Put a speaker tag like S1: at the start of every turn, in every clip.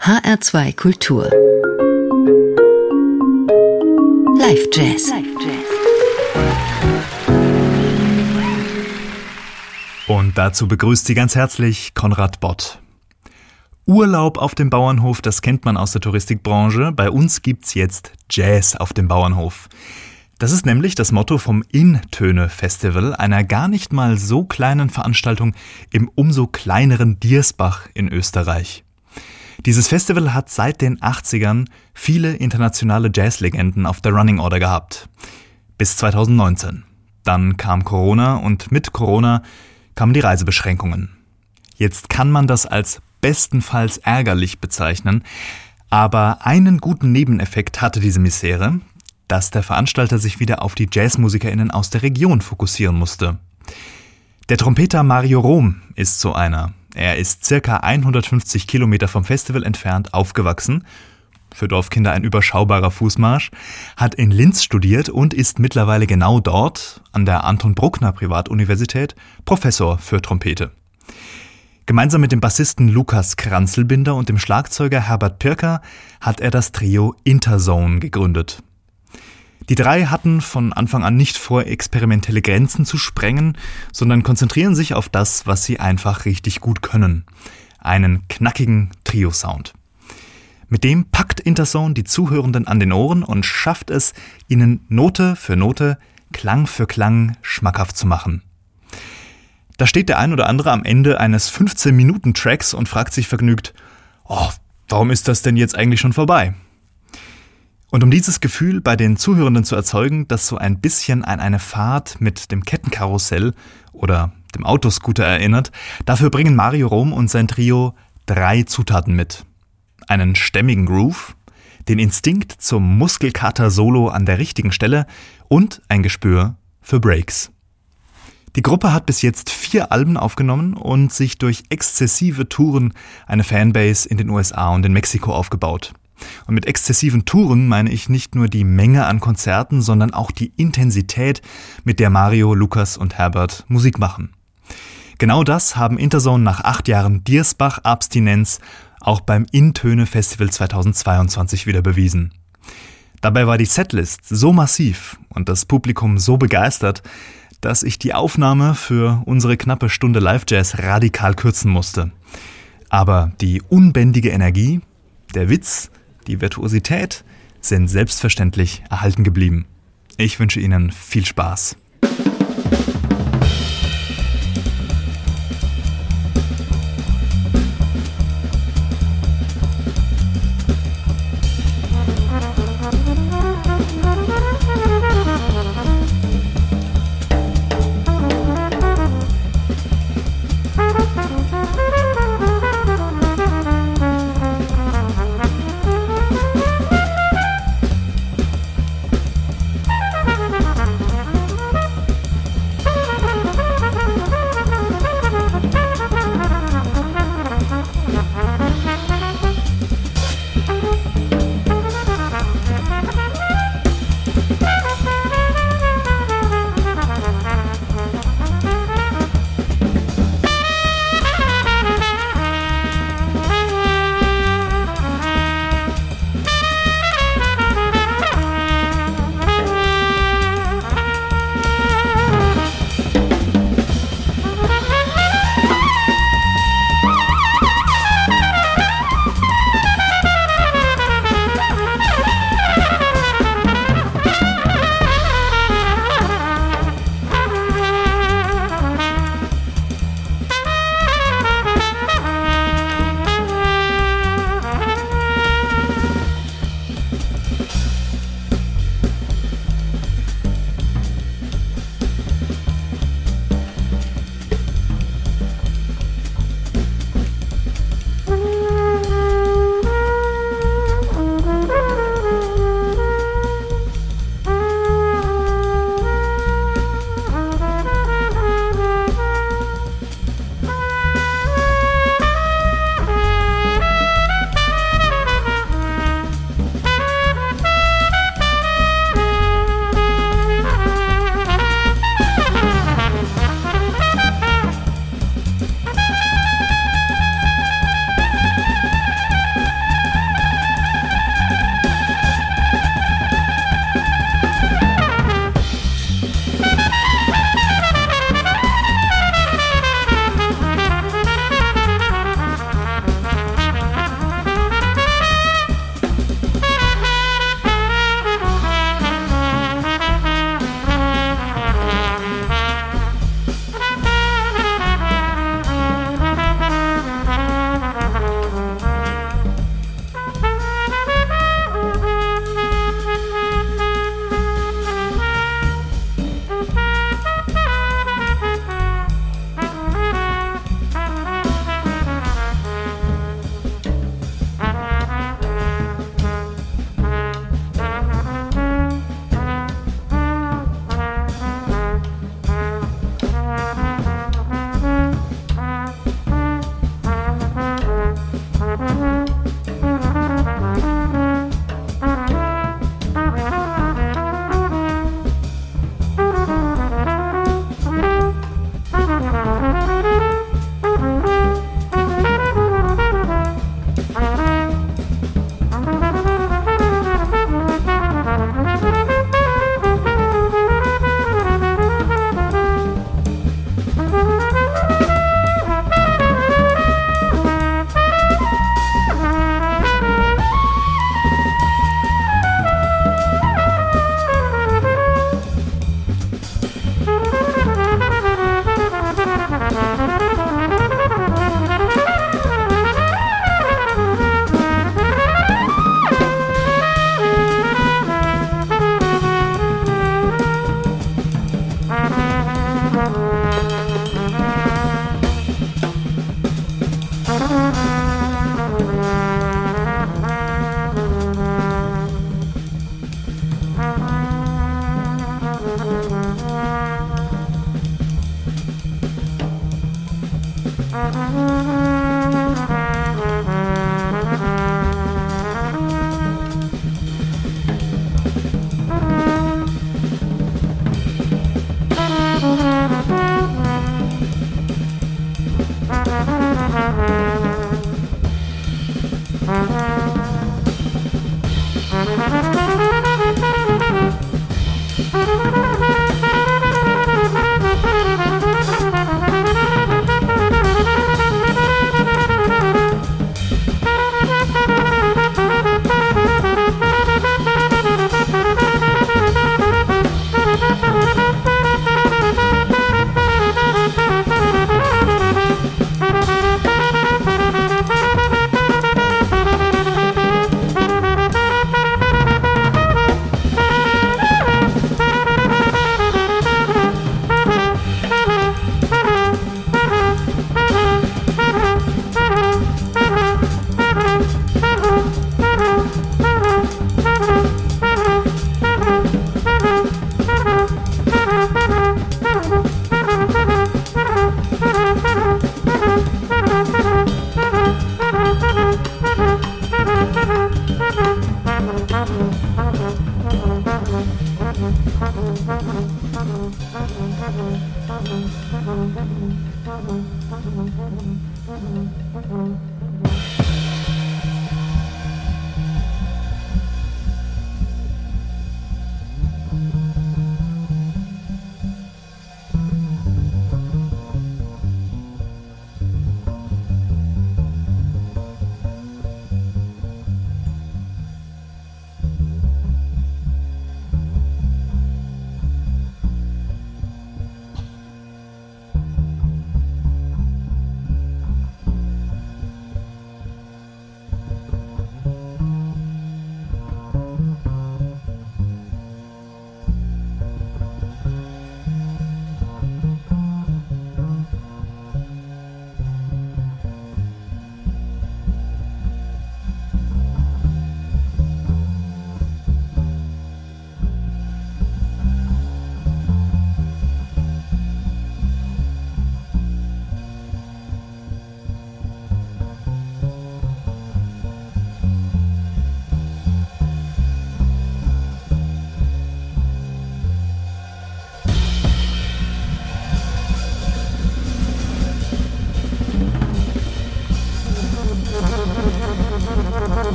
S1: HR2 Kultur. Live Jazz.
S2: Und dazu begrüßt Sie ganz herzlich Konrad Bott. Urlaub auf dem Bauernhof, das kennt man aus der Touristikbranche. Bei uns gibt's jetzt Jazz auf dem Bauernhof. Das ist nämlich das Motto vom In-Töne-Festival, einer gar nicht mal so kleinen Veranstaltung im umso kleineren Diersbach in Österreich. Dieses Festival hat seit den 80ern viele internationale Jazzlegenden auf der Running Order gehabt. Bis 2019. Dann kam Corona und mit Corona kamen die Reisebeschränkungen. Jetzt kann man das als bestenfalls ärgerlich bezeichnen, aber einen guten Nebeneffekt hatte diese Misere, dass der Veranstalter sich wieder auf die JazzmusikerInnen aus der Region fokussieren musste. Der Trompeter Mario Rom ist so einer. Er ist circa 150 Kilometer vom Festival entfernt aufgewachsen, für Dorfkinder ein überschaubarer Fußmarsch, hat in Linz studiert und ist mittlerweile genau dort, an der Anton Bruckner Privatuniversität, Professor für Trompete. Gemeinsam mit dem Bassisten Lukas Kranzelbinder und dem Schlagzeuger Herbert Pirker hat er das Trio Interzone gegründet. Die drei hatten von Anfang an nicht vor, experimentelle Grenzen zu sprengen, sondern konzentrieren sich auf das, was sie einfach richtig gut können. Einen knackigen Trio-Sound. Mit dem packt Interzone die Zuhörenden an den Ohren und schafft es, ihnen Note für Note, Klang für Klang schmackhaft zu machen. Da steht der ein oder andere am Ende eines 15-Minuten-Tracks und fragt sich vergnügt, warum ist das denn jetzt eigentlich schon vorbei? Und um dieses Gefühl bei den Zuhörenden zu erzeugen, das so ein bisschen an eine Fahrt mit dem Kettenkarussell oder dem Autoscooter erinnert, dafür bringen Mario Rom und sein Trio 3 Zutaten mit. Einen stämmigen Groove, den Instinkt zum Muskelkater-Solo an der richtigen Stelle und ein Gespür für Breaks. Die Gruppe hat bis jetzt 4 Alben aufgenommen und sich durch exzessive Touren eine Fanbase in den USA und in Mexiko aufgebaut. Und mit exzessiven Touren meine ich nicht nur die Menge an Konzerten, sondern auch die Intensität, mit der Mario, Lukas und Herbert Musik machen. Genau das haben Interzone nach 8 Jahren Diersbach-Abstinenz auch beim In-Töne-Festival 2022 wieder bewiesen. Dabei war die Setlist so massiv und das Publikum so begeistert, dass ich die Aufnahme für unsere knappe Stunde Live-Jazz radikal kürzen musste. Aber die unbändige Energie, der Witz, die Virtuosität sind selbstverständlich erhalten geblieben. Ich wünsche Ihnen viel Spaß.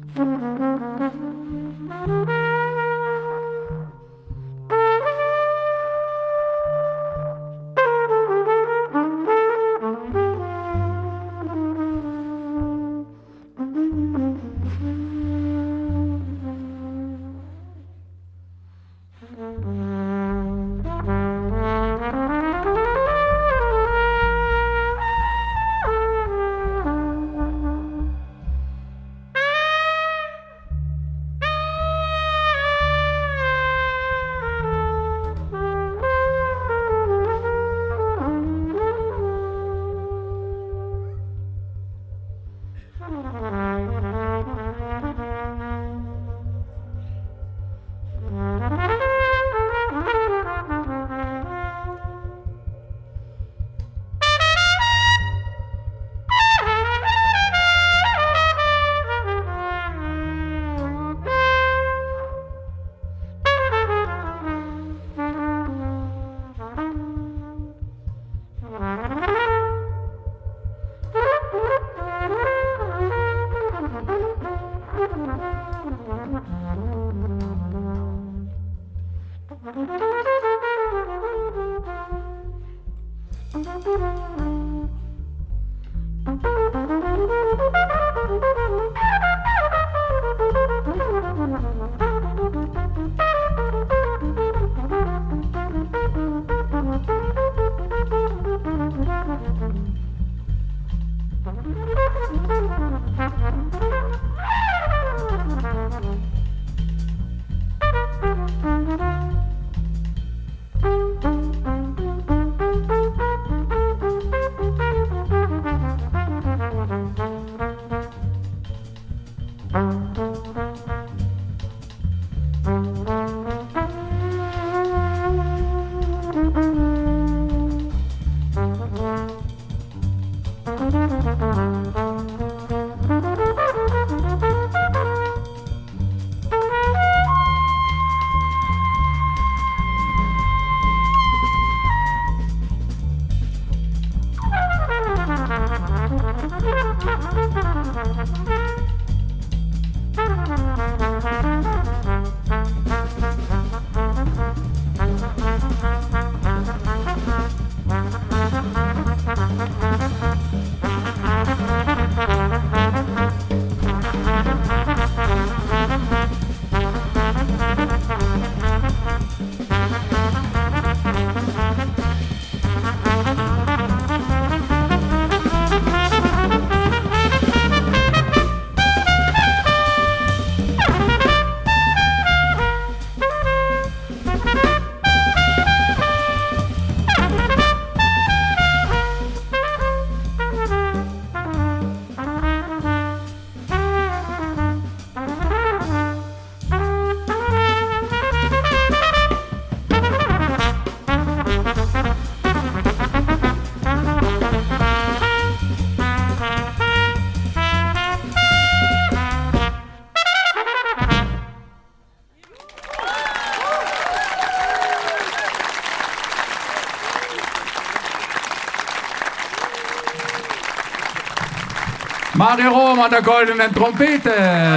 S3: Mario Rom an der goldenen Trompete.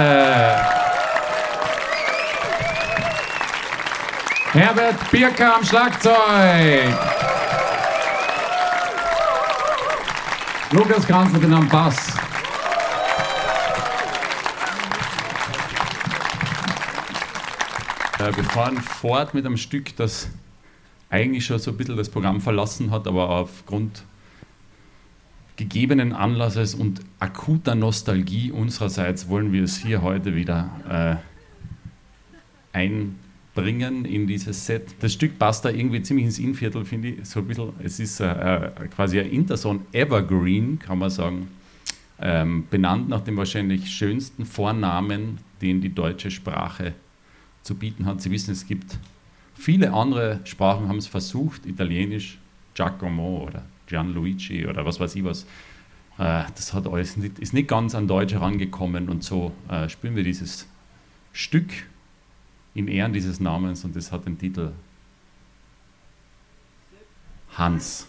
S3: Herbert Birker am Schlagzeug. Lukas Kranzl am Bass. Wir fahren fort mit einem Stück, das eigentlich schon so ein bisschen das Programm verlassen hat, aber aufgrund gegebenen Anlasses und akuter Nostalgie unsererseits wollen wir es hier heute wieder einbringen in dieses Set. Das Stück passt da irgendwie ziemlich ins Innviertel, finde ich. So ein bisschen, es ist quasi ein Interson Evergreen, kann man sagen, benannt nach dem wahrscheinlich schönsten Vornamen, den die deutsche Sprache zu bieten hat. Sie wissen, es gibt viele andere Sprachen, haben es versucht, Italienisch, Giacomo oder Gianluigi oder was weiß ich was. Das hat alles ist nicht ganz an Deutsch herangekommen und so spielen wir dieses Stück in Ehren dieses Namens und das hat den Titel Hans.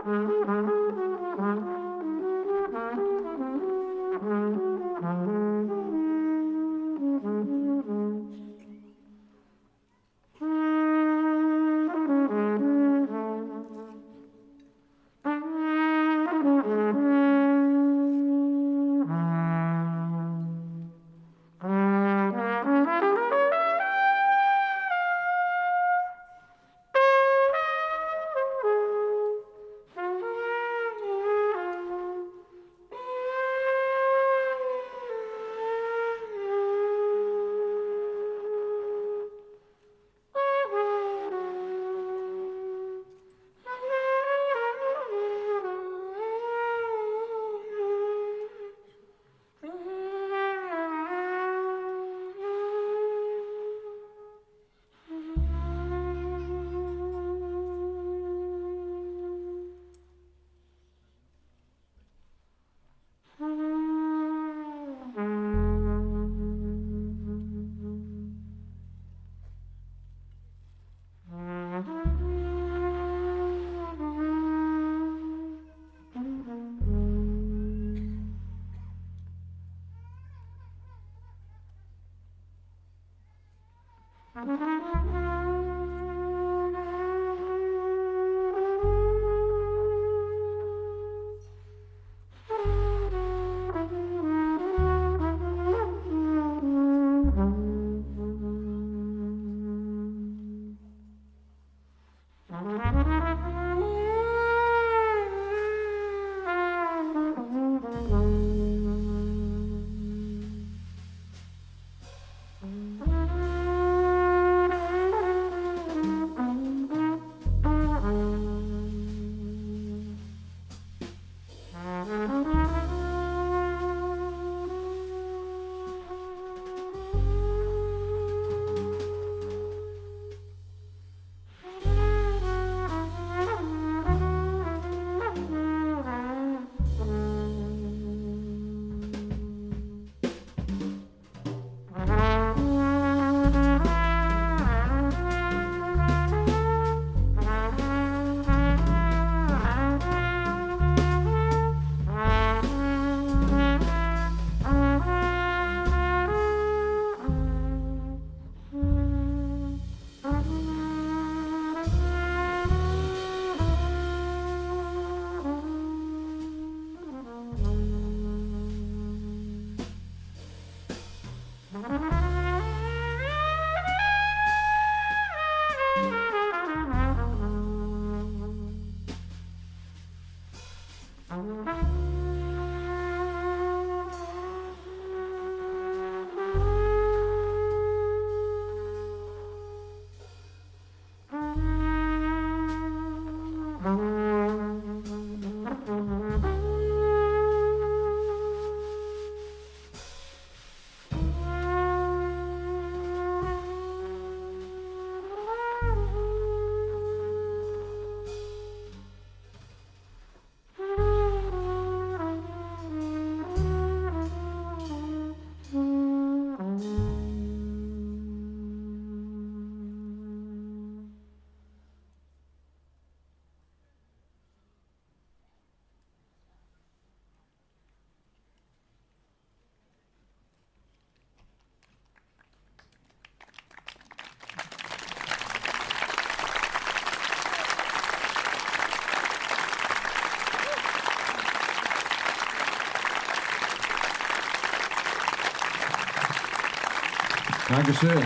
S3: Dankeschön.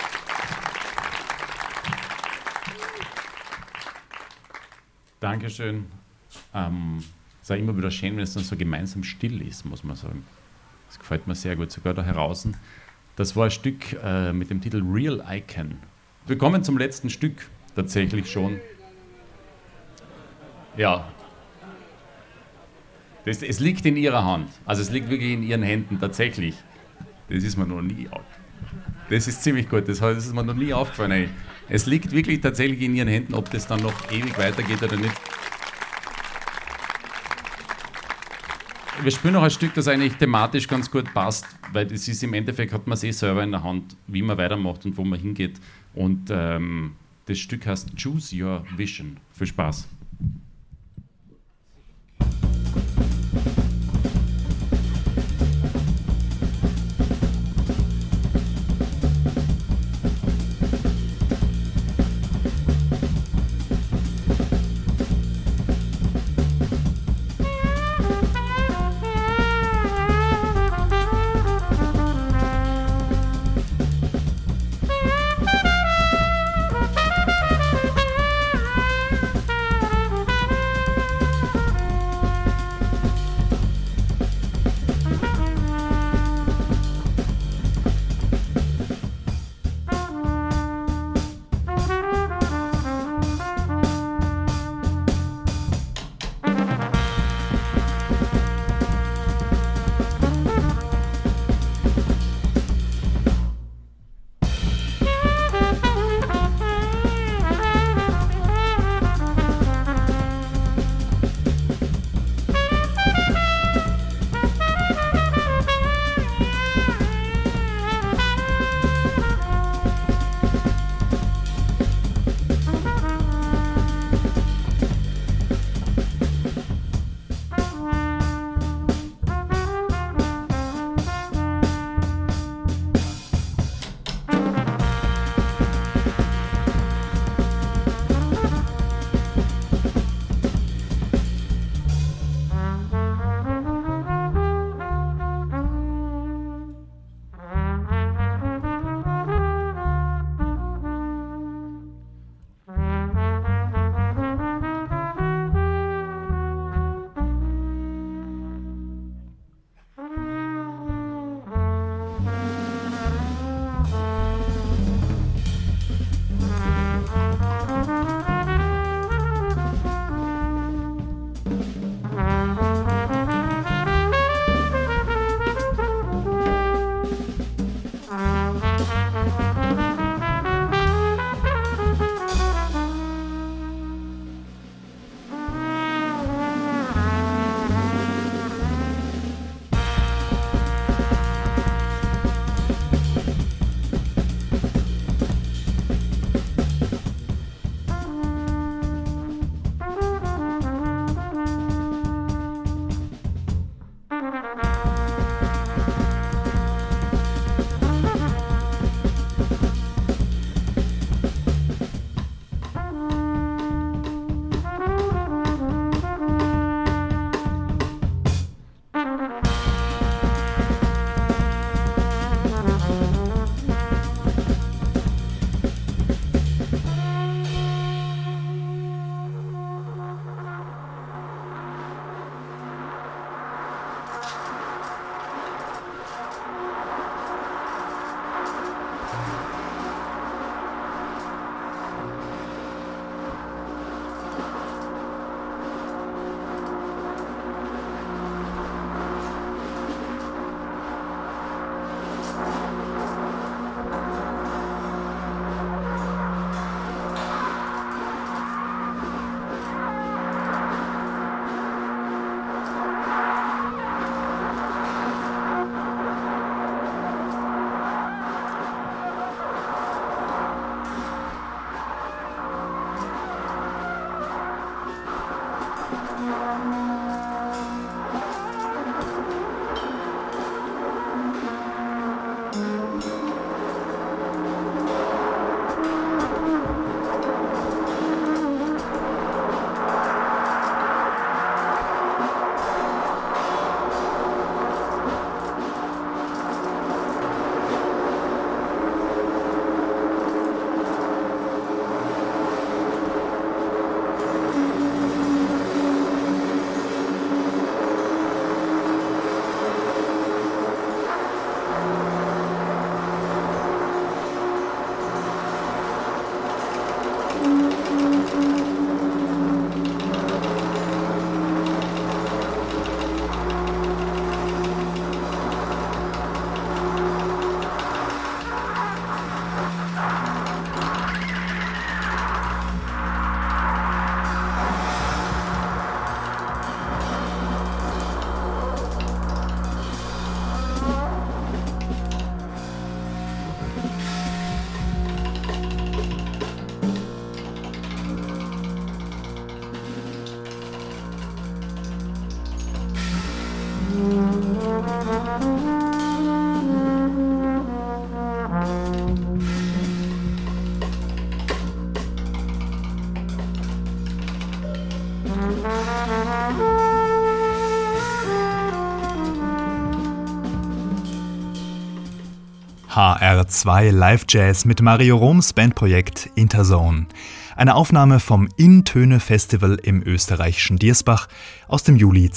S3: Dankeschön. Es ist auch immer wieder schön, wenn es dann so gemeinsam still ist, muss man sagen. Das gefällt mir sehr gut, sogar da heraus. Das war ein Stück mit dem Titel Real Icon. Wir kommen zum letzten Stück, tatsächlich schon. Ja. Es liegt in ihrer Hand. Also es liegt wirklich in ihren Händen, tatsächlich. Das ist mir noch nie aufgefallen. Das ist ziemlich gut, das ist mir noch nie aufgefallen. Ey. Es liegt wirklich tatsächlich in ihren Händen, ob das dann noch ewig weitergeht oder nicht. Wir spielen noch ein Stück, das eigentlich thematisch ganz gut passt, weil es ist im Endeffekt, hat man es selber in der Hand, wie man weitermacht und wo man hingeht. Und das Stück heißt Choose Your Vision. Viel Spaß.
S2: HR2 Live Jazz mit Mario Roms Bandprojekt Interzone. Eine Aufnahme vom In-Töne Festival im österreichischen Diersbach aus dem Juli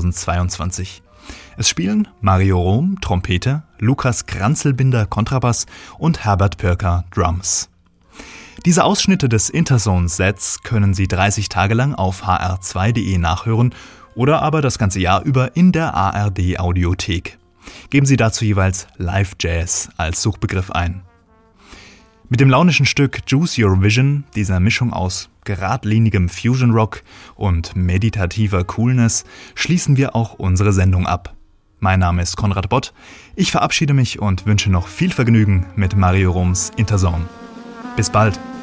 S2: 2022. Es spielen Mario Rom, Trompete, Lukas Kranzelbinder, Kontrabass und Herbert Pörker, Drums. Diese Ausschnitte des Interzone-Sets können Sie 30 Tage lang auf hr2.de nachhören oder aber das ganze Jahr über in der ARD-Audiothek. Geben Sie dazu jeweils Live Jazz als Suchbegriff ein. Mit dem launischen Stück Choose Your Vision, dieser Mischung aus geradlinigem Fusion Rock und meditativer Coolness, schließen wir auch unsere Sendung ab. Mein Name ist Konrad Bott, ich verabschiede mich und wünsche noch viel Vergnügen mit Mario Roms Interzone. Bis bald!